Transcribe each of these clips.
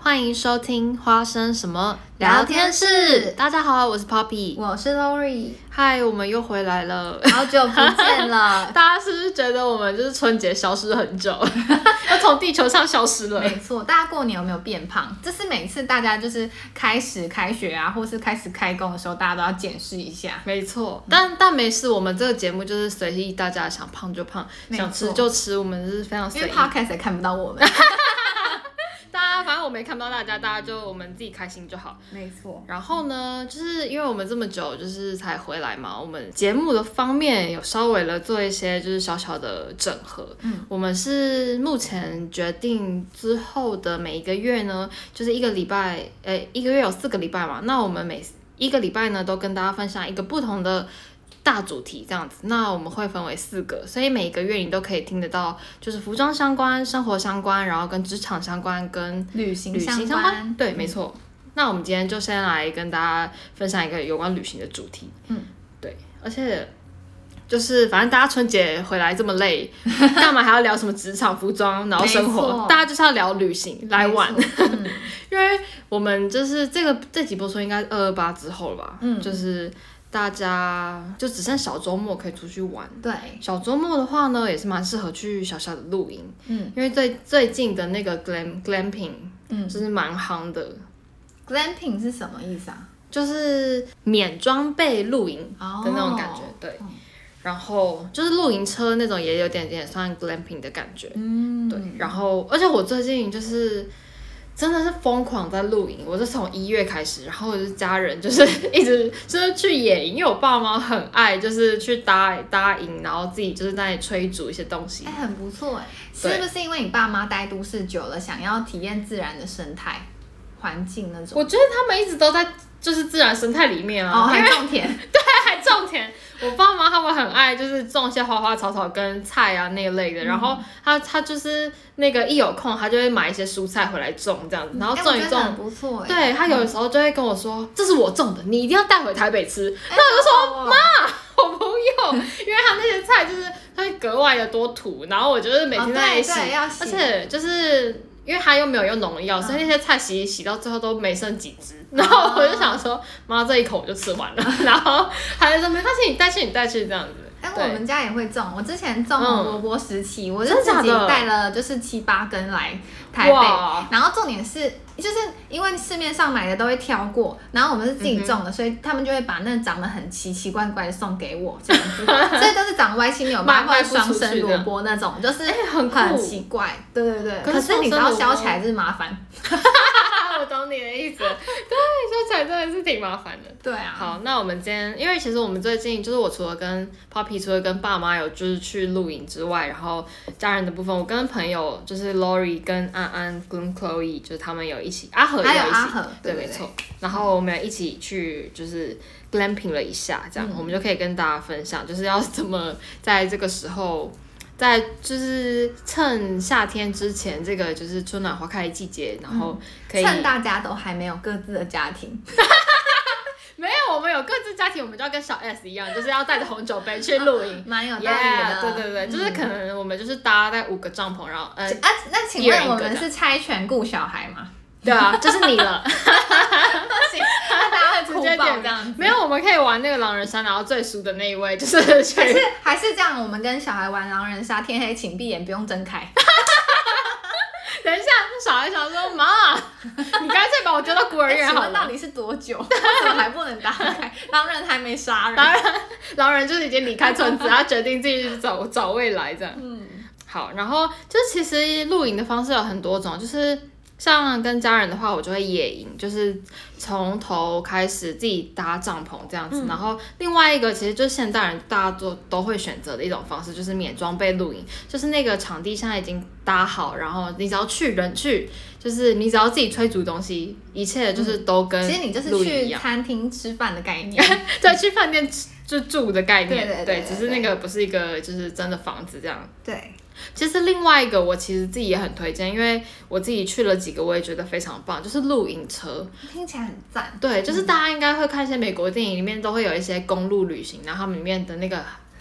欢迎收听花生什么聊天室。 大家好，我是 Poppy， 我是 Lori。 嗨，我们又回来了， 好久不见了。 大家是不是觉得我们就是春节消失很久，要从地球上消失了？ 没错，大家过年有没有变胖？这是每次大家就是开学啊，或是开始开工的时候，大家都要检视一下。 没错，但没事，我们这个节目就是随意，大家想胖就胖，想吃就吃，我们是非常随意。 因为 Podcast 也看不到我们。 大家反正我们也看不到大家，大家就我们自己开心就好。 没错。 然后呢，就是因为我们这么久就是才回来嘛，我们节目的方面有稍微的做一些就是小小的整合。我们是目前决定之后的每一个月呢，就是一个月有4个礼拜嘛，那我们每一个礼拜呢都跟大家分享一个不同的大主题这样子，那我们会分为4个，所以每一个月你都可以听得到，就是服装相关、生活相关，然后跟职场相关、跟旅行相关。 对，没错。那我们今天就先来跟大家分享一个有关旅行的主题。对，而且就是反正大家春节回来这么累，干嘛还要聊什么职场、服装，然后生活？大家就是要聊旅行来玩。因为我们就是这集播出应该228之后了吧？就是大家就只剩小周末可以出去玩。 对， 小周末的话呢，也是蛮适合去小小的露营。因为最近的那个 glamping，就是蛮夯的。 glamping 是什么意思啊？ 就是免装备露营的那种感觉。对。然后就是露营车那种也有点算 glamping 的感觉。对。然后而且我最近就是真的是疯狂在露营，我是从1月开始，然后我就是家人就是一直就是去野营，因为我爸妈很爱就是去搭营，然后自己就是在那里炊煮一些东西。 很不错是不是因为你爸妈待都市久了，想要体验自然的生态环境那种？ 我觉得他们一直都在就是自然生态里面啊。 还种田。 对，还种田。我爸妈他们很爱就是种一些花花草草跟菜啊那一类的，然后他就是那个一有空他就会买一些蔬菜回来种这样子，然后种一种。 很不错。 对，他有的时候就会跟我说这是我种的，你一定要带回台北吃。那我就说妈，我不用，因为他那些菜就是它会格外的多土，然后我就是每天在那里洗，而且就是因为他又没有用农药，所以那些菜洗到最后都没剩几只。然后我就想说，妈，这一口我就吃完了。然后还是说没关系，你带去这样子。 我们家也会种，我之前种红萝卜时期，我就自己带了就是7、8根来台北。然后重点是，就是因为市面上买的都会挑过，然后我们是自己种的，所以他们就会把那长得很奇奇怪怪的送给我这样子，所以都是长歪七扭八或者双生萝卜那种，就是很奇怪。对。可是你知道削起来是麻烦。 我懂你的意思，对，说起来真的是挺麻烦的。 对啊。 好，那我们今天，因为其实我们最近就是我除了跟 Poppy 除了跟爸妈有就是去露营之外，然后家人的部分，我跟朋友就是 Lori 跟安安跟 Chloe， 就是他们有一起，阿和也有一起，对，没错。然后我们有一起去就是 glamping 了一下，这样我们就可以跟大家分享，就是要怎么在这个时候。在就是趁夏天之前，这个就是春暖花开的季节，然后可以趁大家都还没有各自的家庭。 没有，我们有各自家庭，我们就要跟小 S 一样，就是要带着红酒杯去露营， 蛮有道理的。 对，就是可能我们就是搭在5个帐篷，然后那请问我们是猜拳顾小孩吗？ 对啊，就是你了。 那大家会哭爆这样子。 没有，我们可以玩那个狼人杀，然后最输的那一位就是还是这样，我们跟小孩玩狼人杀，天黑请闭眼，不用睁开。 等一下，小孩想说妈，你干脆把我丢到孤儿院好了。 到底是多久？为什么还不能打开？狼人还没杀人。 狼人就是已经离开村子，他决定自己去找未来这样。好，然后就是其实露营的方式有很多种，就是像跟家人的话，我就会野营，就是从头开始自己搭帐篷这样子。然后另外一个其实就是现代人大家都会选择的一种方式，就是免装备露营，就是那个场地现在已经搭好，然后你只要人去，就是你只要自己炊煮东西，一切就是都跟其实你就是去餐厅吃饭的概念。 对，去饭店就住的概念。 对， 只是那个不是一个就是真的房子这样。 对。 其实另外一个我其实自己也很推荐，因为我自己去了几个我也觉得非常棒，就是露营车， 听起来很赞。 对，就是大家应该会看一些美国电影里面都会有一些公路旅行，然后他们里面的那个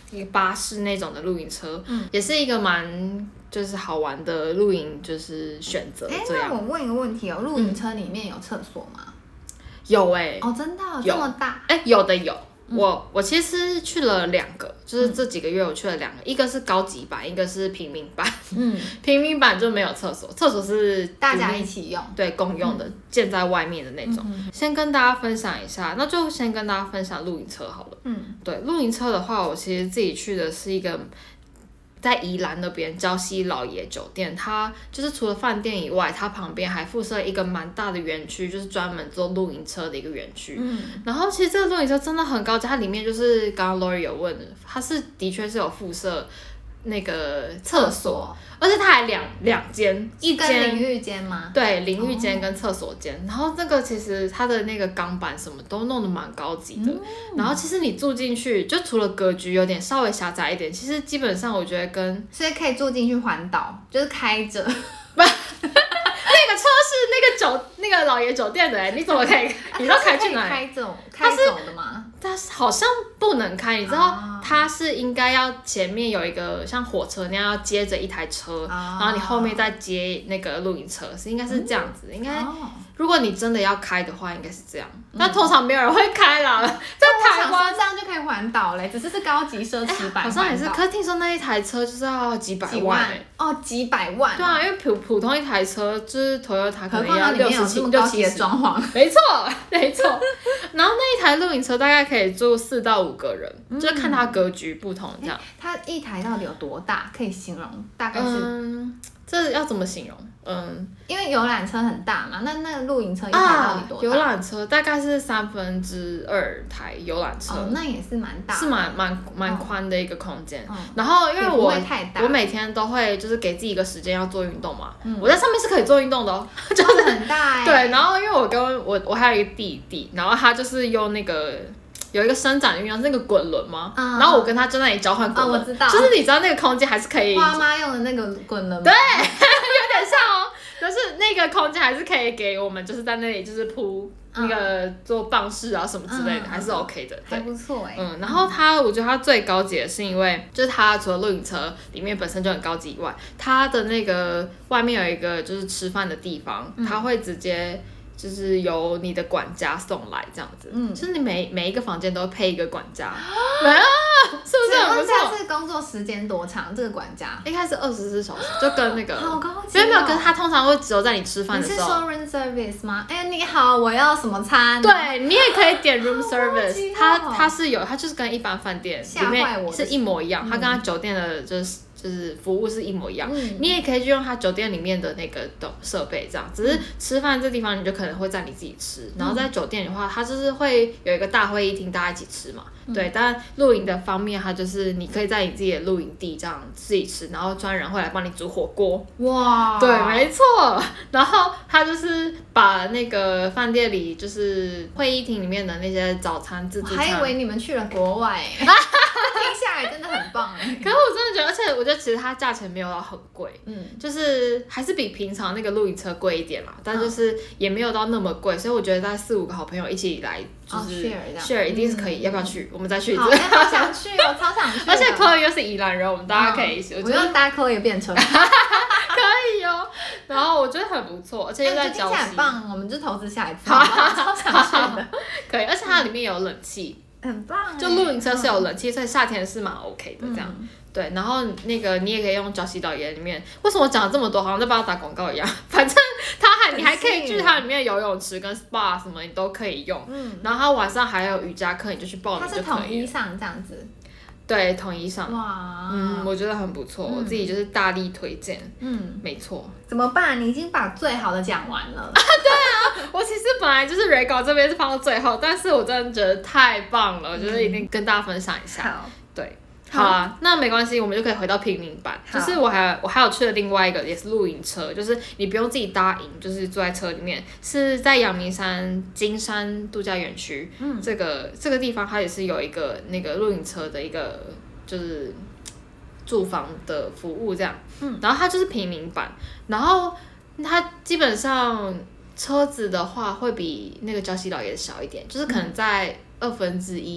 一个巴士那种的露营车，也是一个蛮就是好玩的露营就是选择。 那我问一个问题哦，露营车里面有厕所吗？ 有哦，真的这么大？ 有的有。我其实去了2个，就是这几个月我去了2个，一个是高级版，一个是平民版。平民版就没有厕所，厕所是大家一起用， 对，共用的，建在外面的那种。先跟大家分享一下，那就先跟大家分享露营车好了。对，露营车的话，我其实自己去的是一个在宜兰那边礁溪老爷酒店，它就是除了饭店以外，它旁边还附设一个蛮大的园区，就是专门做露营车的一个园区。然后其实这个露营车真的很高级，它里面就是刚刚 Lori 有问的，它是的确是有附设那个厕所，而且它还两间，一间淋浴间吗？ 对，淋浴间跟厕所间。然后那个其实它的那个钢板什么都弄得蛮高级的。然后其实你住进去，就除了格局有点稍微狭窄一点，其实基本上我觉得所以可以住进去环岛，就是开着。 那个车是那个老爷酒店的你怎么可以？你知道开去哪里？ 开走的吗？ 它好像不能开，你知道它是应该要前面有一个像火车那样要接着一台车，然后你后面再接那个露营车，应该是这样子。应该如果你真的要开的话，应该是这样。但通常没有人会开啦，在台湾这样就可以环岛嘞，只是高级奢侈版。 好像也是，可是听说那一台车就是要几百万几百万。 对啊，因为普通一台车就是 Toyota 可能要 60-70的装潢。 没错。然后那一台露营车大概可以住4到5个人，就是看它格局不同这样。 它一台到底有多大？可以形容大概是？ 这要怎么形容？ 因为游览车很大嘛，那个露营车一台到底多大？ 游览车大概是2/3台游览车， 那也是蛮大的， 是蛮宽的一个空间。然后因为我每天都会就是给自己一个时间要做运动嘛，我在上面是可以做运动的哦， 就是很大对，然后因为我跟我还有一个弟弟，然后他就是用那个。有一个伸展的运动是那个滚轮吗？然后我跟他就在那里交换滚轮， 我知道， 就是你知道那个空间还是可以。 花妈用的那个滚轮吗？ 对，有点像哦，就是那个空间还是可以给我们，就是在那里就是铺那个做棒式啊什么之类的，还是 OK 的， 还不错然后我觉得它最高级的是因为，就是它除了露营车里面本身就很高级以外，它的那个外面有一个就是吃饭的地方，它会直接。就是由你的管家送来这样子，就是你每一个房间都会配一个管家，是不是很不错？ 是工作时间多长？这个管家应该是24小时，就跟那个好高级， 没有，可是他通常会只有在你吃饭的时候。 你是说 room service 吗？你好，我要什么餐？ 对，你也可以点 room service，它是有，它就是跟一般饭店里面是一模一样，它跟它酒店的就是服务是一模一样，你也可以去用它酒店里面的那个设备这样，只是吃饭这地方你就可能会在你自己吃，然后在酒店的话，它就是会有一个大会议厅，大家一起吃嘛。对，但露营的方面，它就是你可以在你自己的露营地这样自己吃，然后专人会来帮你煮火锅。 哇， 对，没错。然后他就是把那个饭店里就是会议厅里面的那些早餐自助餐， 我还以为你们去了国外，听下来真的很棒哎。 可是我真的觉得，而且我觉得其实它价钱没有到很贵，就是还是比平常那个露营车贵一点啦，但就是也没有到那么贵，所以我觉得在4-5个好朋友一起来。就是 share 一定是可以，要不要去？我们再去一次。 好想去，我超想去。 而且 Chloe 又是宜兰人，我们大家可以一起。 我用搭 Chloe 便车。 可以哦，然后我觉得很不错，而且又在礁溪。 很棒，我们就投资下一次。超想去的。 可以，而且它里面有冷气， 很棒。 就露营车是有冷气，所以夏天是蛮 OK 的这样。对，然后那个你也可以用礁溪老爷里面，为什么我讲了这么多，好像在帮他打广告一样？反正你还可以去它里面游泳池跟 SPA 什么你都可以用。然后它晚上还有瑜伽课，你就去报名就可以了。 它是统一上这样子。 对，统一上。 哇， 我觉得很不错，我自己就是大力推荐。没错。 怎么办？你已经把最好的讲完了。 对啊，我其实本来就是 re 稿这边是放到最后，但是我真的觉得太棒了，我觉得一定跟大家分享一下。 好， 对。好啊，那没关系，我们就可以回到平民版。就是我还有去了另外一个也是露营车，就是你不用自己搭营，就是坐在车里面，是在阳明山金山度假园区。这个地方它也是有一个那个露营车的一个就是住房的服务这样。然后它就是平民版，然后它基本上车子的话会比那个礁溪老爷小一点，就是可能在1/2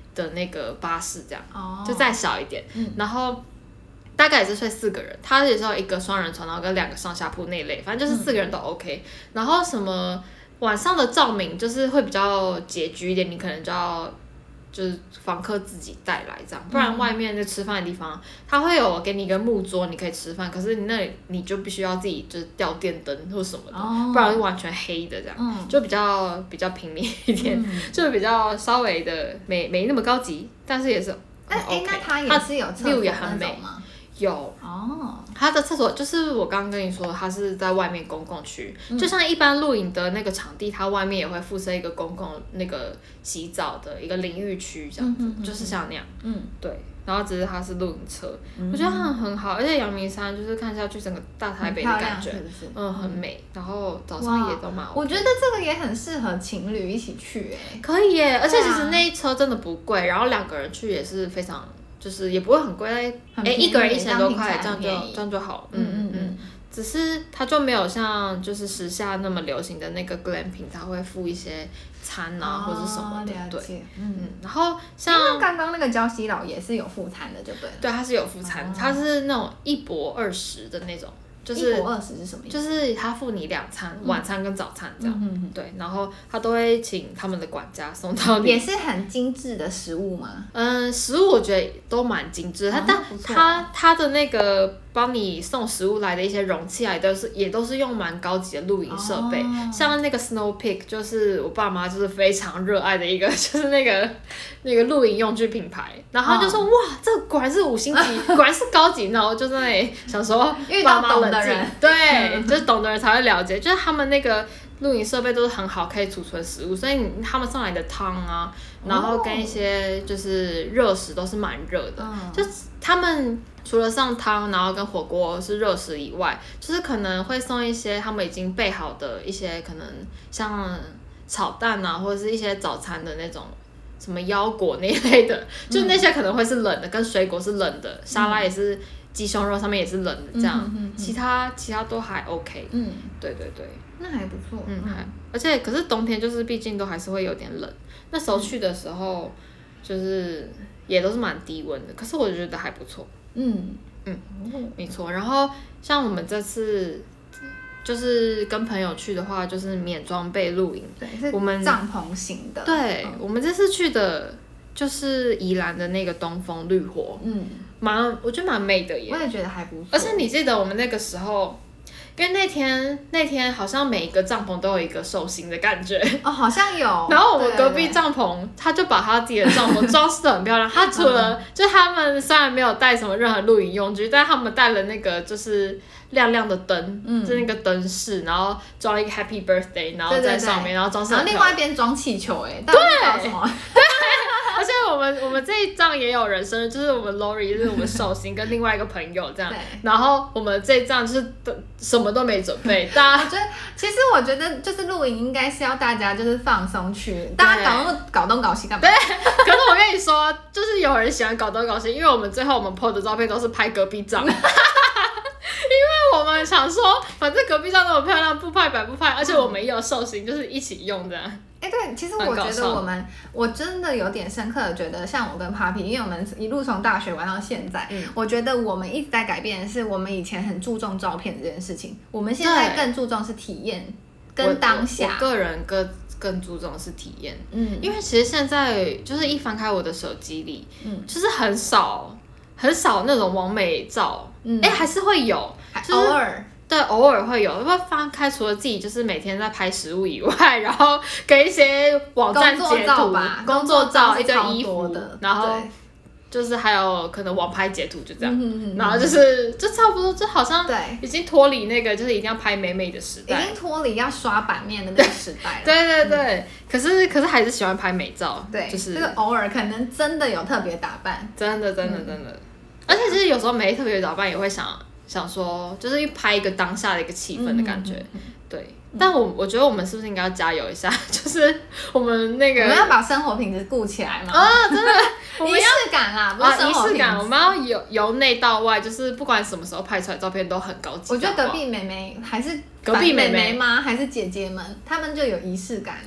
的那个巴士这样， 就再小一点，然后大概也是睡4个人，它也是有1个双人床，然后跟2个上下铺那类，反正就是4个人都 OK。然后什么晚上的照明就是会比较拮据一点，你可能就要就是房客自己带来这样，不然外面就吃饭的地方，它会有给你一个木桌，你可以吃饭，可是你那里你就必须要自己就是吊电灯或什么的，不然完全黑的这样，就比较平民一点，就比较稍微的没那么高级，但是也是很 OK。 那它也是有厕所也很美吗？有它的厕所就是我刚刚跟你说，它是在外面公共区，就像一般露营的那个场地，它外面也会附设一个公共那个洗澡的一个淋浴区这样子，就是像那样，对。然后只是它是露营车，我觉得它很好，而且阳明山就是看下去整个大台北的感觉，很美。然后早上也都蛮 OK。 我觉得这个也很适合情侣一起去可以耶，而且其实那一车真的不贵，然后2个人去也是非常。就是也不会很贵，1个人1000多块，这样就好。只是它就没有像就是时下那么流行的那个 glamping， 它会附一些餐啊或者什么的，对，然后像刚刚那个礁溪岛也是有附餐的，就对了。 对，它是有附餐，它是那种1博20的那种。就是 1博20是什么意思？ 就是他付你2餐，晚餐跟早餐这样，对，然后他都会请他们的管家送到你。 也是很精致的食物吗？ 食物我觉得都蛮精致的，但他的那个帮你送食物来的一些容器啊，也都是用蛮高级的露营设备，像那个 Snow Peak， 就是我爸妈就是非常热爱的一个，就是那个露营用具品牌，然后他就说哇，这果然是5星级，果然是高级，然后就在那里想说遇到懂的人， 对，就是懂的人才会了解，就是他们那个露营设备都是很好，可以储存食物，所以他们上来的汤啊，然后跟一些就是热食都是蛮热的，就是他们除了上汤，然后跟火锅是热食以外，就是可能会送一些他们已经备好的一些可能像炒蛋啊，或者是一些早餐的那种什么腰果那一类的，就那些可能会是冷的，跟水果是冷的，沙拉也是鸡胸肉上面也是冷的这样，其他都还 OK，对对对， 那还不错， 而且可是冬天就是毕竟都还是会有点冷，那时候去的时候就是也都是蛮低温的，可是我觉得还不错，没错。然后像我们这次就是跟朋友去的话，就是免装备露营， 对，是我们帐篷型的， 对，我们这次去的就是宜兰的那个东风绿火，我觉得蛮美的耶， 我也觉得还不错。 而且你记得我们那个时候，因为那天好像每一个帐篷都有一个寿星的感觉好像有。 然后我们隔壁帐篷，他就把他自己的帐篷装饰得很漂亮。他除了就他们虽然没有带什么任何露营用具，但他们带了那个就是亮亮的灯，就那个灯饰，然后装一个 Happy Birthday， 然后在上面，然后装饰。 然后另外一边装气球，到底搞什么？ 而且我们这一仗也有人生日，就是我们 Lori 就是我们寿星跟另外一个朋友这样，然后我们这一仗就是什么都没准备，大家我觉得就是露营应该是要大家就是放松去，大家搞东搞西干嘛？ 对，可是我跟你说，就是有人喜欢搞东搞西，因为我们最后PO 的照片都是拍隔壁帐。因为我们想说，反正隔壁帐那么漂亮，不拍白不拍，而且我们也有寿星，就是一起用的。 对，其实我觉得我真的有点深刻的觉得，像我跟 Papi， 因为我们一路从大学玩到现在，我觉得我们一直在改变的是，我们以前很注重照片这件事情，我们现在更注重是体验跟当下。 我个人更注重的是体验，因为其实现在就是一翻开我的手机里，就是很少那种网美照，还是会有， 偶尔。 对，偶尔会有，会翻开除了自己就是每天在拍食物以外，然后跟一些网站截图、工作照、一堆衣服，然后就是还有可能网拍截图就这样，然后就差不多，就好像已经脱离那个就是一定要拍美美的时代， 已经脱离要刷版面的那个时代了。 对对对，可是还是喜欢拍美照， 对， 就是这个偶尔可能真的有特别打扮， 真的，而且其实有时候没特别打扮也会想说，就是拍一个当下的一个气氛的感觉，对。但我觉得我们是不是应该要加油一下？就是我们要把生活品质顾起来嘛。 真的， 仪式感啦，不是生活品质。 仪式感，我们要由内到外，就是不管什么时候拍出来照片都很高级。 我觉得隔壁妹妹还是隔壁妹妹吗？还是姐姐们，她们就有仪式感啊。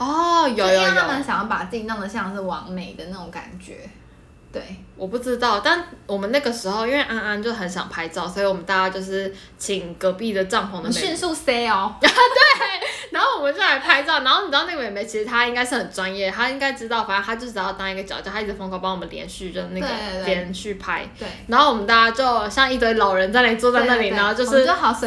哦，有， 因为他们想要把自己弄得像是完美的那种感觉。对， 我不知道，但我们那个时候因为安安就很想拍照，所以我们大家就是请隔壁的帐篷的妹妹迅速 say 哦， 对，然后我们就来拍照，然后你知道那个妹妹其实她应该是很专业，她应该知道，反正她就只要当一个脚架，她一直疯狂帮我们连续就那个连续拍， 对， 然后我们大家就像一堆老人在那里坐在那里，然后就是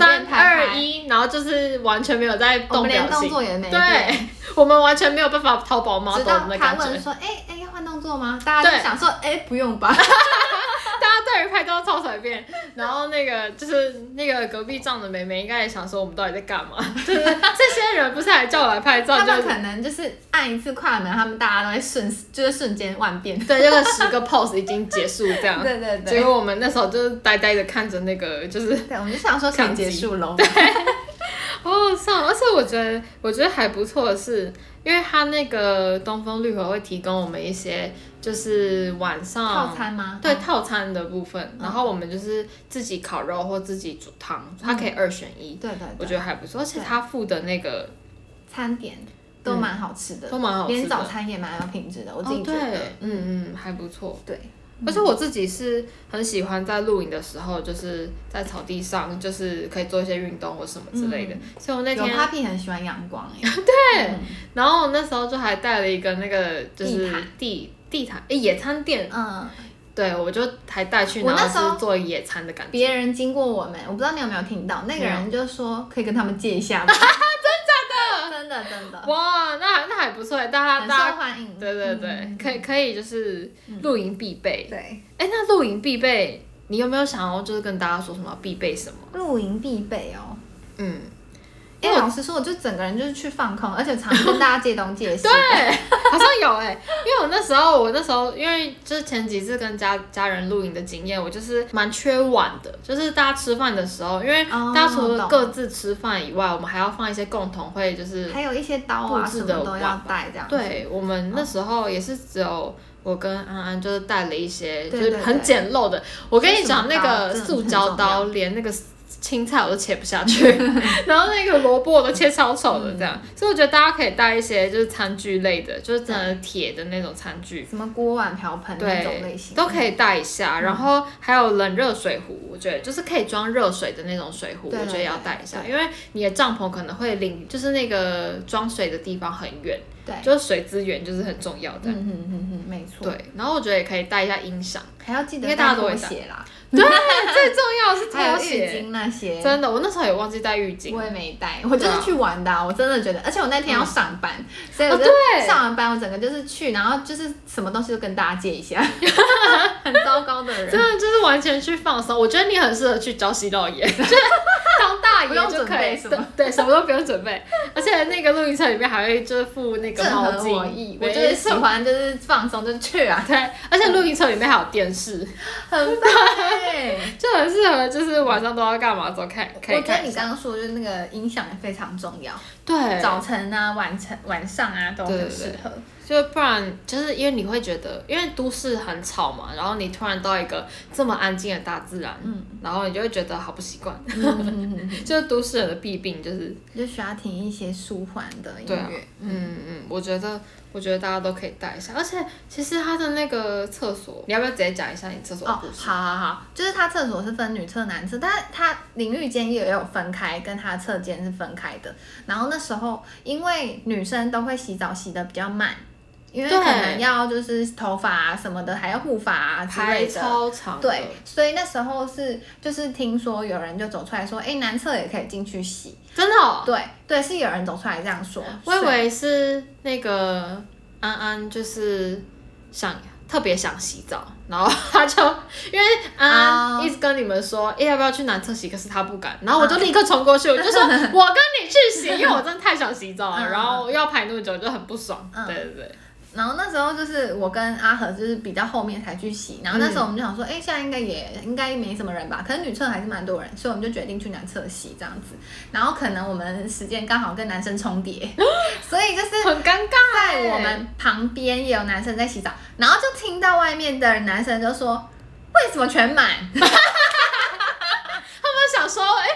3、2、1，然后就是完全没有在动表情，我们连动作也没对，我们完全没有办法淘宝 model 的感觉。 直到他问说，要换动作吗？大家就想说，不用吧。 大家对于拍照超随便，然后那个就是那个隔壁帐的妹妹应该也想说我们到底在干嘛？就是这些人不是来叫我来拍照， 他们可能就是按一次快门，他们大家都会瞬间万变。 对，这个10个 pose 已经结束这样。 对对对。 结果我们那时候就是呆呆的看着那个，就是对，我们就想说可以结束喽。 对。哦，而且我觉得还不错的是，因为他那个东风绿河会提供我们一些就是晚上套餐吗？ 对，套餐的部分，然后我们就是自己烤肉或自己煮汤，它可以2选1。 对对， 我觉得还不错，而且他附的那个餐点都蛮好吃的， 都蛮好吃的， 连早餐也蛮有品质的，我自己觉得， 还不错。 对。 而且我自己是很喜欢在露营的时候，就是在草地上，就是可以做一些运动或什么之类的。所以我那天有 Papi 很喜欢阳光耶。 对，然后我那时候就还带了一个那个就是地毯野餐垫。对，我就还带去，然后是做野餐的感觉。 别人经过我们，我不知道你有没有听到，那个人就说可以跟他们借一下吗？真的哇，那还不错，大家很受欢迎。 对，可以就是露营必备。 对， 那露营必备，你有没有想要就是跟大家说什么必备什么？ 露营必备哦，老实说，我就整个人就是去放空，而且常跟大家借东借西。 对，好像有因为我那时候因为就是前几次跟家人露营的经验，我就是蛮缺碗的，就是大家吃饭的时候，因为大家除了各自吃饭以外，我们还要放一些共同会就是还有一些刀啊什么都要带这样。 对，我们那时候也是只有我跟安安就是带了一些就是很简陋的，我跟你讲那个塑胶刀连那个青菜我都切不下去，然后那个萝卜我都切超丑的这样，所以我觉得大家可以带一些就是餐具类的，就是真的铁的那种餐具， 什么锅碗瓢盆那种类型都可以带一下，然后还有冷热水壶，我觉得就是可以装热水的那种水壶，我觉得要带一下，因为你的帐篷可能会离就是那个装水的地方很远。对，就是水资源就是很重要的。 没错。 对，然后我觉得也可以带一下音响， 还要记得带拖鞋啦。 对，最重要的是拖鞋、 浴巾那些。 真的，我那时候也忘记带浴巾。 我也没带，我就是去玩的，我真的觉得，而且我那天要上班，所以我就上完班，我整个就是去，然后就是什么东西都跟大家借一下，很糟糕的人。 真的就是完全去放松，我觉得你很适合去礁溪老爷，就是当大爷就可以，对，什么都不用准备，而且那个露营车里面还会就是附那个毛巾， 我就是喜欢就是放松就去啊， 对，而且露营车里面还有电视， 很棒就很适合就是晚上都要干嘛的时候看。 我觉得你刚刚说就是那个音响也非常重要， 对， 早晨啊、晚上啊都很适合。 就不然就是因为你会觉得，因为都市很吵嘛，然后你突然到一个这么安静的大自然，然后你就会觉得好不习惯。就是都市人的弊病就需要听一些舒缓的音乐。 我觉得大家都可以带一下，而且其实它的那个厕所，你要不要直接讲一下你厕所的故事？ 好，就是它厕所是分女厕男厕，但是它淋浴间也有分开，跟它厕间是分开的。然后那时候因为女生都会洗澡洗得比较慢。因为可能要就是头发啊什么的，还要护发啊之类的， 排超长。 对，所以那时候就是听说有人就走出来说，男厕也可以进去洗。 真的哦？ 对，是有人走出来这样说。 我以为是那个安安就是特别想洗澡，然后他就因为安安一直跟你们说，要不要去男厕洗，可是他不敢，然后我就立刻冲过去，我就说我跟你去洗，因为我真的太想洗澡了，然后要排那么久就很不爽。对。 然后那时候就是我跟阿和就是比较后面才去洗，然后那时候我们就想说，现在应该没什么人吧，可是女厕还是蛮多人，所以我们就决定去男厕洗这样子。然后可能我们时间刚好跟男生重叠，所以就是很尴尬。 在我们旁边也有男生在洗澡，然后就听到外面的男生就说：“为什么全满？” 他们想说，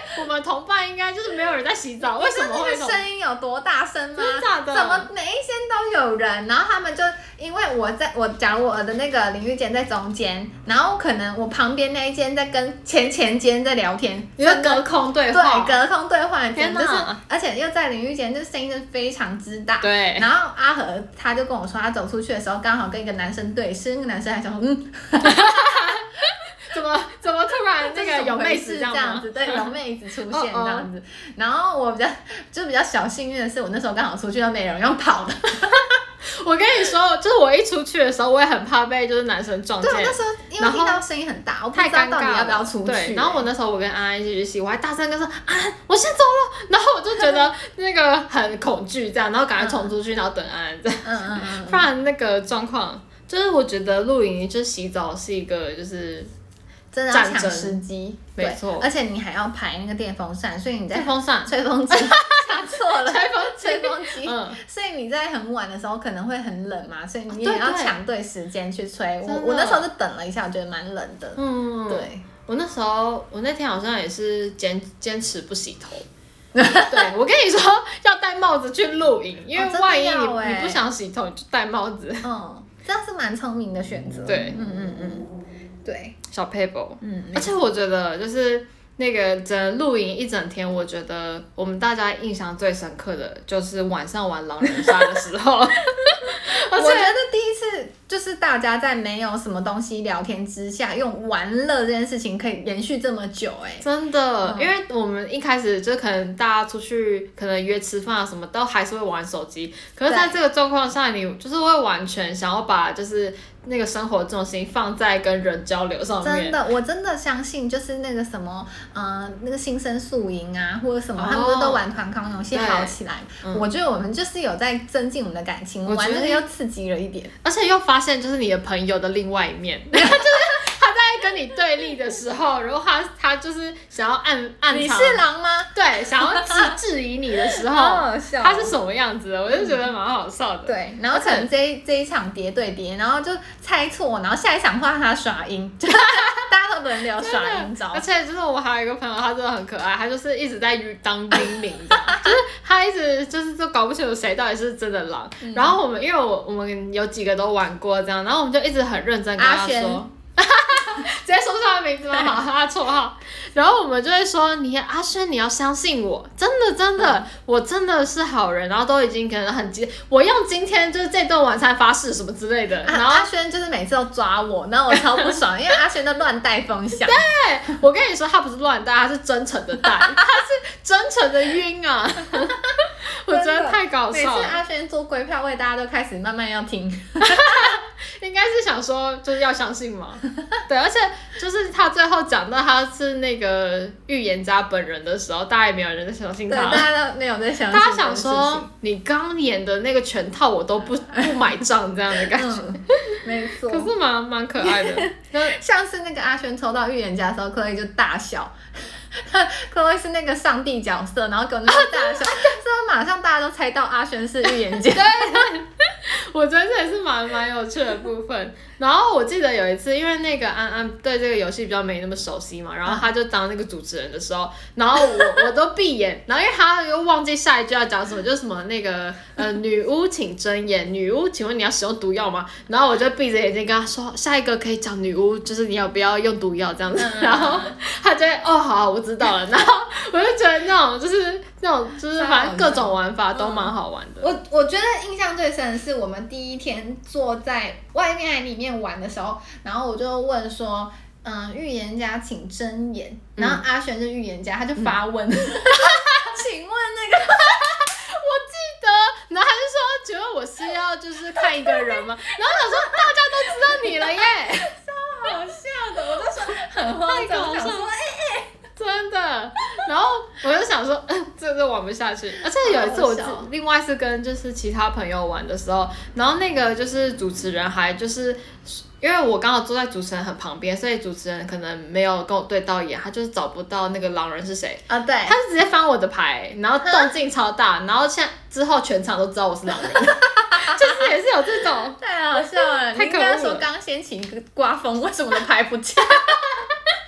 我们同伴应该就是没有人在洗澡，为什么会那个声音有多大声吗？ 真的假的？ 怎么每一间都有人？然后他们就因为假如我的那个淋浴间在中间，然后可能我旁边那一间在跟前间在聊天， 你就隔空对话， 对，隔空对话的天就是而且又在淋浴间，就声音就非常之大。 对。 然后阿和他就跟我说，他走出去的时候刚好跟一个男生对视，那个男生还想说怎么突然那个有妹子这样子，对，有妹子出现这样子。然后我比较小幸运的是，我那时候刚好出去都没人用跑的。 我跟你说，就是我一出去的时候，我也很怕被就是男生撞见。 对，我那时候因为听到声音很大，我不知道到底要不要出去。 对，然后我那时候我跟安安一起去洗，我还大声跟说安安，我先走了。然后我就觉得那个很恐惧这样，然后赶快冲出去，然后等安安这样。不然那个状况，就是我觉得露营就是洗澡是一个就是真的要抢时机， 没错。 而且你还要排那个电风扇，所以你在电风扇、 吹风机。讲错了，吹风机，所以你在很晚的时候可能会很冷嘛，所以你也要抢对时间去吹。我那时候就等了一下，我觉得蛮冷的。对， 我那天好像也是坚持不洗头。对，我跟你说要戴帽子去露营，因为万一你不想洗头，你就戴帽子。 这样是蛮聪明的选择。 对， 对， 小 paper。而且我觉得就是那个露营一整天，我觉得我们大家印象最深刻的就是晚上玩狼人杀的时候。 我觉得第一次就是大家在没有什么东西聊天之下，用玩乐这件事情可以延续这么久， 真的，因为我们一开始就可能大家出去可能约吃饭啊什么，都还是会玩手机。可是在这个状况下，你就是会完全想要把就是那个生活重心放在跟人交流上面。 真的，我真的相信，就是那个什么，那个新生宿营啊，或者什么，他们不是都玩团康游戏好起来。我觉得我们就是有在增进我们的感情，玩那个又刺激了一点， 而且又发现就是你的朋友的另外一面，就是他在跟你对立的时候，然后他就是想要暗藏你是狼吗？ 对，想要质疑你的时候， 好笑， 他是什么样子的？我就觉得蛮好笑的。 对，然后可能这一场叠对叠，然后就猜错，然后下一场换他耍阴，大家都轮流耍阴招。 而且就是我还有一个朋友，他真的很可爱，他就是一直在当阴灵的，就是他一直就是都搞不清楚谁到底是真的狼。然后因为我们有几个都玩过这样，然后我们就一直很认真跟他说。直接说出他的名字吗？好，他的绰号。然后我们就会说阿轩，你要相信我，真的，我真的是好人。然后都已经可能很急，我用今天就是这顿晚餐发誓什么之类的。然后阿轩就是每次都抓我，然后我超不爽，因为阿轩都乱带风向。 对，我跟你说，他不是乱带，他是真诚的带，他是真诚的晕啊。我觉得太搞笑了。 每次阿轩做归票位，大家都开始慢慢要听。 应该是想说就是要相信嘛，对，而且就是他最后讲到他是那个预言家本人的时候，大家也没有人在相信他， 对，大家都没有在相信。 他想说你刚演的那个全套我都不买账这样的感觉， 没错。 可是蛮可爱的， 像是那个阿轩抽到预言家的时候，柯威就大笑。柯威是那个上帝角色，然后跟那个大笑，之后马上大家都猜到阿轩是预言家。 对，我觉得这也是蛮有趣的部分。然后我记得有一次，因为那个安安对这个游戏比较没那么熟悉嘛，然后他就当那个主持人的时候，然后我都闭眼，然后因为他又忘记下一句要讲什么，就是什么那个女巫请睁眼，女巫请问你要使用毒药吗？然后我就闭着眼睛跟他说，下一个可以讲女巫，就是你要不要用毒药这样子，然后他就会好，我知道了，然后我就觉得那种就是反正各种玩法都蛮好玩的。 我觉得印象最深的是我们第一天坐在外面海里面玩的时候，然后我就问说，预言家请睁眼，然后阿璇是预言家，他就发问，请问那个， 我记得，然后他就说，请问我是要就是看一个人吗？然后我说大家都知道你了耶， 超好笑的，我就说很慌张，我想说真的，然后我就想说，这玩不下去。而且有一次我另外是跟就是其他朋友玩的时候，然后那个就是主持人还就是因为我刚好坐在主持人很旁边，所以主持人可能没有跟我对到眼，他就是找不到那个狼人是谁啊。对， 他就直接翻我的牌，然后动静超大，然后之后全场都知道我是狼人，就是也是有这种， 太好笑了。你应该说刚掀起一个刮风，为什么我的牌不见？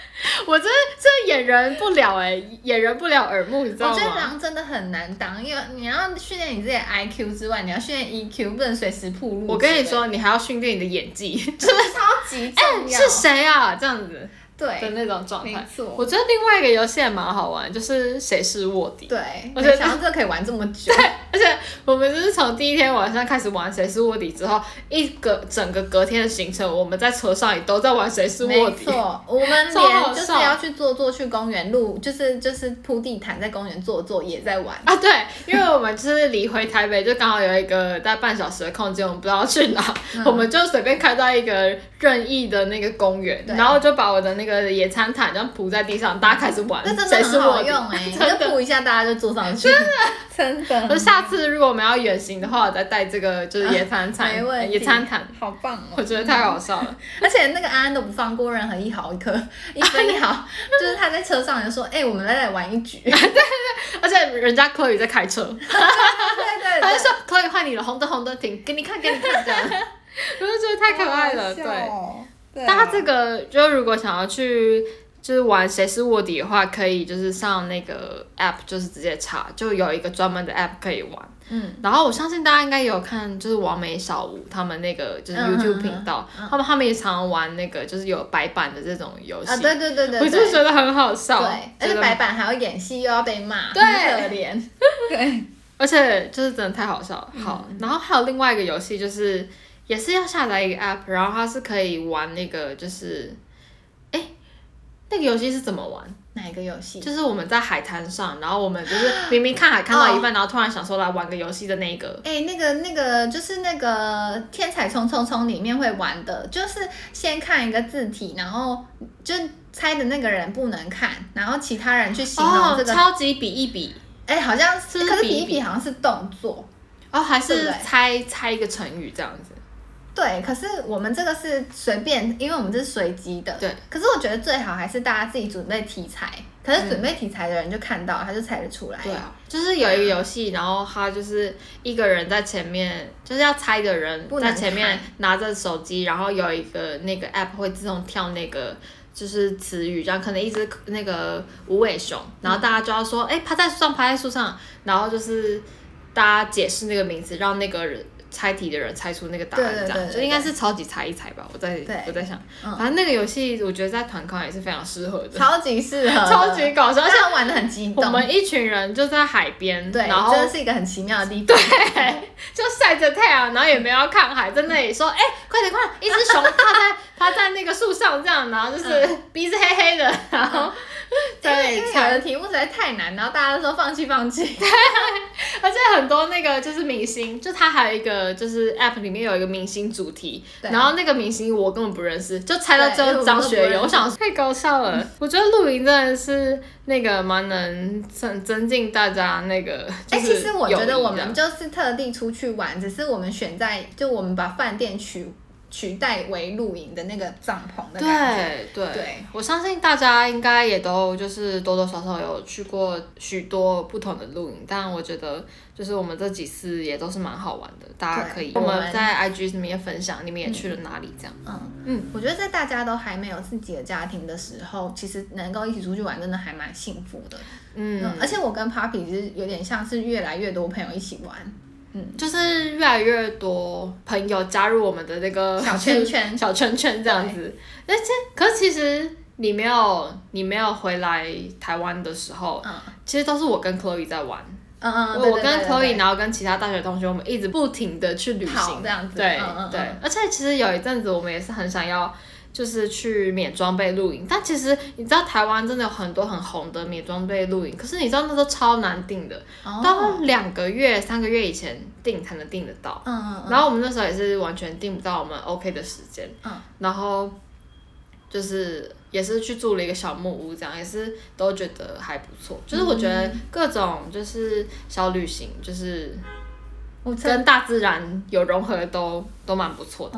我这掩人不了掩人不了耳目，你知道吗？ 我觉得狼真的很难当，因为你要训练你自己的 IQ 之外，你要训练 EQ， 不能随时暴露。 我跟你说，你还要训练你的演技， 真的超级重要。 是谁啊？这样子。 对的那种状态， 没错。 我觉得另外一个游戏也蛮好玩，就是谁是卧底。 对， 我觉得想到这可以玩这么久。 对，而且我们就是从第一天晚上开始玩谁是卧底之后，整个隔天的行程，我们在车上也都在玩谁是卧底。 没错，我们连就是要去去公园录，就是铺地毯在公园坐也在玩啊。对，因为我们就是离回台北就刚好有一个大概半小时的空间，我们不知道去哪，我们就随便开到一个任意的那个公园，然后就把我的那个野餐毯这样铺在地上，大家开始玩。 那真的很好用你就铺一下，大家就坐上去。真的。 就下次如果我们要远行的话，我再带这个就是野餐毯，野餐毯， 好棒哦！ 我觉得太好笑了。 而且那个安安都不放过任何一毫一颗1分1毫，就是他在车上就说：“我们来玩一局。” 对，而且人家Chloe在开车， 对， 他就说：“Chloe换你了，红灯停，给你看这样。”我就觉得太可爱了，对。大家这个就如果想要去就是玩谁是卧底的话，可以就是上那个 app， 就是直接查，就有一个专门的 app 可以玩。然后我相信大家应该有看，就是王美小吴他们那个就是 YouTube 频道，他们也常常玩那个就是有白板的这种游戏。 啊，对， 我就觉得很好笑。 对，而且白板还要演戏，又要被骂， 对， 很可怜。对， 而且就是真的太好笑了。好，然后还有另外一个游戏，就是也是要下载一个 app， 然后它是可以玩那个就是，那个游戏是怎么玩？ 哪一个游戏？ 就是我们在海滩上，然后我们就是明明看海看到一半，然后突然想说来玩个游戏的那个。 那个就是那个《天才冲冲冲》里面会玩的，就是先看一个字体，然后就猜的那个人不能看，然后其他人去形容这个。 超级比一比。 好像是，可是比一比好像是动作。 还是猜一个成语这样子。 对，可是我们这个是随便，因为我们这是随机的。 对。 可是我觉得最好还是大家自己准备题材，可是准备题材的人就看到，他就猜得出来。 对啊，就是有一个游戏，然后他就是一个人在前面，就是要猜的人在前面拿着手机，然后有一个那个 app 会自动跳那个就是词语，这样可能一只那个无尾熊，然后大家就要说，趴在树上，然后就是大家解释那个名字，让那个人。猜题的人猜出那个答案，这样就应该是超级猜一猜吧。我在想，反正那个游戏我觉得在团康也是非常适合的， 超级适合， 超级搞笑，而且玩得很激动。 我们一群人就在海边， 对， 然后真的是一个很奇妙的地方， 对，就晒着太阳，然后也没有要看海，在那里说，快点，一只熊趴在那个树上这样，然后就是鼻子黑黑的，然后。 对，因为有的题目实在太难，然后大家都说放弃。 对，而且很多那个就是明星，就他还有一个就是 app 里面有一个明星主题，然后那个明星我根本不认识，就猜到最后张学友，我想太搞笑了。我觉得露营真的是那个蛮能增进大家那个。其实我觉得我们就是特地出去玩，只是我们选在就我们把饭店取代为露营的那个帐篷的感觉。 对，我相信大家应该也都就是多多少少有去过许多不同的露营，但我觉得就是我们这几次也都是蛮好玩的，大家可以我们在 IG 上面分享你们也去了哪里这样。 我觉得在大家都还没有自己的家庭的时候，其实能够一起出去玩真的还蛮幸福的。而且我跟 Papi 其实有点像是越来越多朋友一起玩。 就是越来越多朋友加入我们的那个小圈圈这样子。可是其实你没有回来台湾的时候，其实都是我跟 Chloe 在玩。我跟 Chloe 然后跟其他大学同学，我们一直不停的去旅行这样子。 对，而且其实有一阵子我们也是很想要。就是去免装备露营，但其实你知道台湾真的有很多很红的免装备露营，可是你知道那时候超难订的，到2个月、3个月以前订才能订得到。然后我们那时候也是完全订不到我们 OK 的时间。然后就是也是去住了一个小木屋，这样也是都觉得还不错。就是我觉得各种就是小旅行，就是跟大自然有融合都蛮不错的。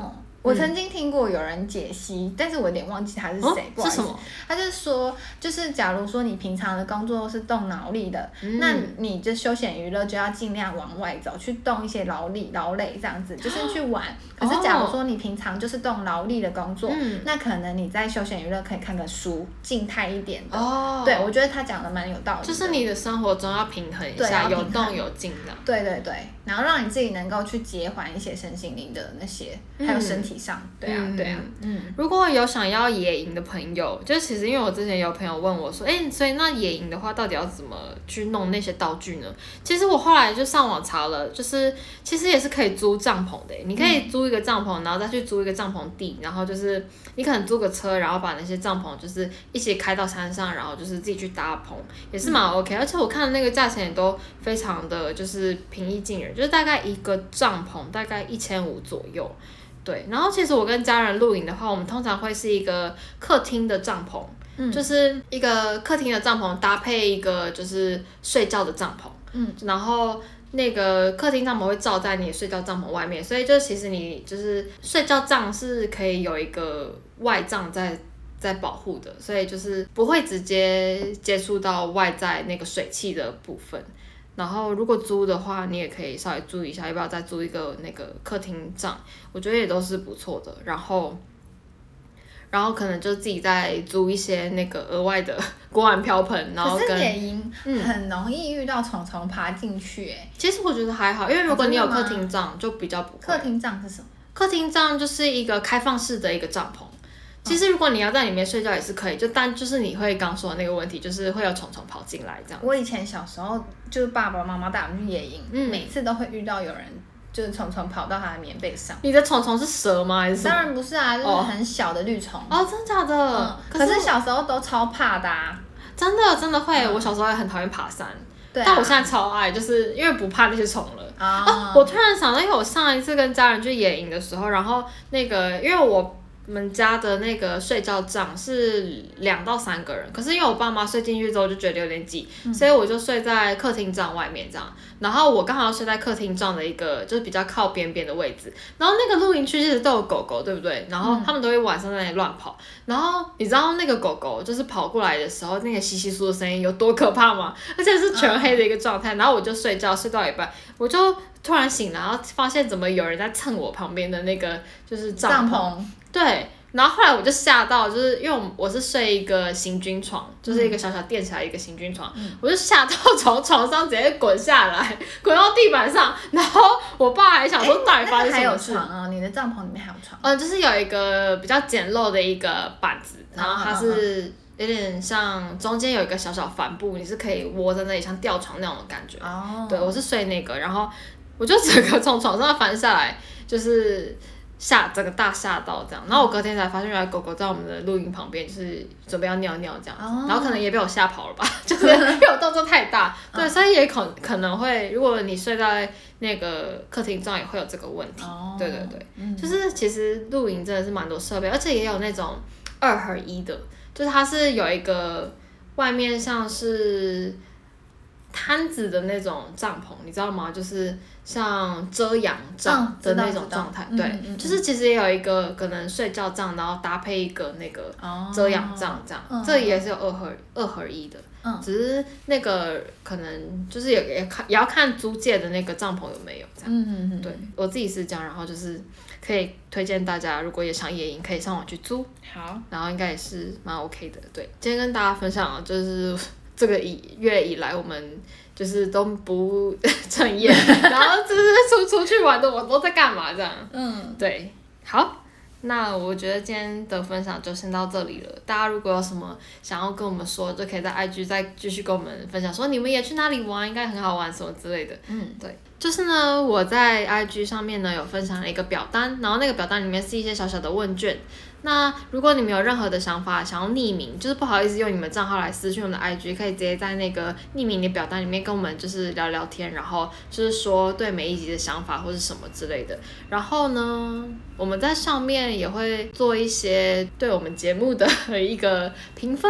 我曾经听过有人解析，但是我有点忘记他是谁，不好意思。 是什么？ 他就是说，就是假如说你平常的工作是动脑力的，那你就休闲娱乐就要尽量往外走，去动一些劳累这样子，就是去玩。可是假如说你平常就是动劳力的工作，那可能你在休闲娱乐可以看个书，静态一点的。对，我觉得他讲的蛮有道理的。 就是你的生活中要平衡一下，有动有静的。 对，然后让你自己能够去减缓一些身心灵的那些，还有身体上。对啊。 如果有想要野营的朋友，就其实因为我之前有朋友问我说，所以那野营的话，到底要怎么去弄那些道具呢？其实我后来就上网查了，就是其实也是可以租帐篷的，你可以租一个帐篷，然后再去租一个帐篷地，然后就是你可能租个车，然后把那些帐篷就是一起开到山上，然后就是自己去搭棚，也是蛮 OK。而且我看那个价钱也都非常的就是平易近人，就是大概一个帐篷大概1500左右。对，然后其实我跟家人露营的话，我们通常会是一个客厅的帐篷，就是一个客厅的帐篷搭配一个就是睡觉的帐篷，然后那个客厅帐篷会罩在你的睡觉帐篷外面，所以就其实你就是睡觉帐是可以有一个外帐在保护的，所以就是不会直接接触到外在那个水汽的部分。然后如果租的话，你也可以稍微注意一下，要不要再租一个那个客厅帐，我觉得也都是不错的。然后可能就自己再租一些那个额外的锅碗瓢盆，然后可是野营很容易遇到虫虫爬进去其实我觉得还好，因为如果你有客厅帐就比较不会。 客厅帐是什么？ 客厅帐就是一个开放式的一个帐篷。其实如果你要在里面睡觉也是可以，但就是你会刚说的那个问题，就是会有虫虫跑进来这样。 我以前小时候就是爸爸妈妈带我们去野营，每次都会遇到有人就是虫虫跑到他的棉被上。 你的虫虫是蛇吗？还是什么？ 当然不是啊，就是很小的绿虫。 真的假的？ 可是小时候都超怕的啊。 真的会，我小时候也很讨厌爬山。但我现在超爱，就是因为不怕那些虫了。我突然想到，因为我上一次跟家人去野营的时候，然后那个因为我们家的那个睡觉帐是2到3个人，可是因为我爸妈睡进去之后就觉得有点挤，所以我就睡在客厅帐外面这样。然后我刚好睡在客厅帐的一个就是比较靠边边的位置。然后那个露营区其实都有狗狗，对不对？然后他们都会晚上在那里乱跑。然后你知道那个狗狗就是跑过来的时候，那个窸窸窣的声音有多可怕吗？而且是全黑的一个状态。然后我就睡觉睡到一半，我就突然醒来，然后发现怎么有人在蹭我旁边的那个就是帐篷。对，然后后来我就吓到，就是因为我是睡一个行军床，就是一个小小垫起来一个行军床，我就吓到从床上直接滚下来，滚到地板上，然后我爸还想说到底发生什么事。 还有床啊？你的帐篷里面还有床？ 就是有一个比较简陋的一个板子，然后它是有点像中间有一个小小帆布，你是可以窝在那里像吊床那种的感觉。对，我是睡那个，然后我就整个从床上翻下来，就是整个大吓到这样，然后我隔天才发现原来狗狗在我们的露营旁边，就是准备要尿尿这样子，然后可能也被我吓跑了吧，就是因为我动作太大，对，所以也可能会，如果你睡在那个客厅帐也会有这个问题，对，就是其实露营真的是蛮多设备，而且也有那种2合1的，就是它是有一个外面像是摊子的那种帐篷，你知道吗？就是像遮阳帐的那种状态，对，就是其实也有一个可能睡觉帐，然后搭配一个那个遮阳帐这样，这也是有2合1的，只是那个可能就是也要看租借的那个帐篷有没有这样，对，我自己是这样，然后就是可以推荐大家，如果也想野营，可以上网去租， 好， 然后应该也是蛮 OK 的，对，今天跟大家分享就是这个月以来我们就是都不正业，然后就是出去玩的我都在干嘛这样，对，好，那我觉得今天的分享就先到这里了。大家如果有什么想要跟我们说，就可以在 IG 再继续跟我们分享，说你们也去哪里玩，应该很好玩什么之类的。对，就是呢，我在 IG 上面呢有分享了一个表单，然后那个表单里面是一些小小的问卷。那如果你们有任何的想法，想要匿名，就是不好意思用你们账号来私讯我们的 IG， 可以直接在那个匿名的表单里面跟我们就是聊聊天，然后就是说对每一集的想法或是什么之类的。然后呢，我们在上面也会做一些对我们节目的一个评分。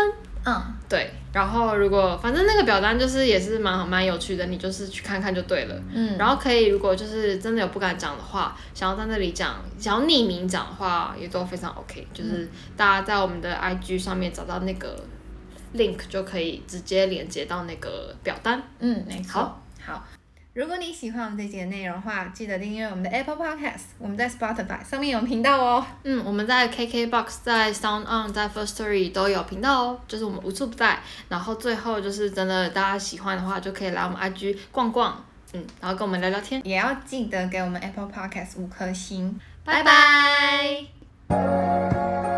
对，然后如果反正那个表单就是也是蛮有趣的，你就是去看看就对了。然后可以如果就是真的有不敢讲的话，想要在那里讲，想要匿名讲的话，也都非常 OK。就是大家在我们的 IG 上面找到那个 link 就可以直接连接到那个表单。 没错。好。如果你喜欢我们这集的内容的话，记得订阅我们的 Apple Podcast， 我们在 Spotify 上面有频道哦。 我们在 KKBOX、在 Sound On、在 Firstory 都有频道哦，就是我们无处不在。然后最后就是真的大家喜欢的话，就可以来我们 IG 逛逛，然后跟我们聊聊天， 也要记得给我们 Apple Podcast 5颗星。 拜拜。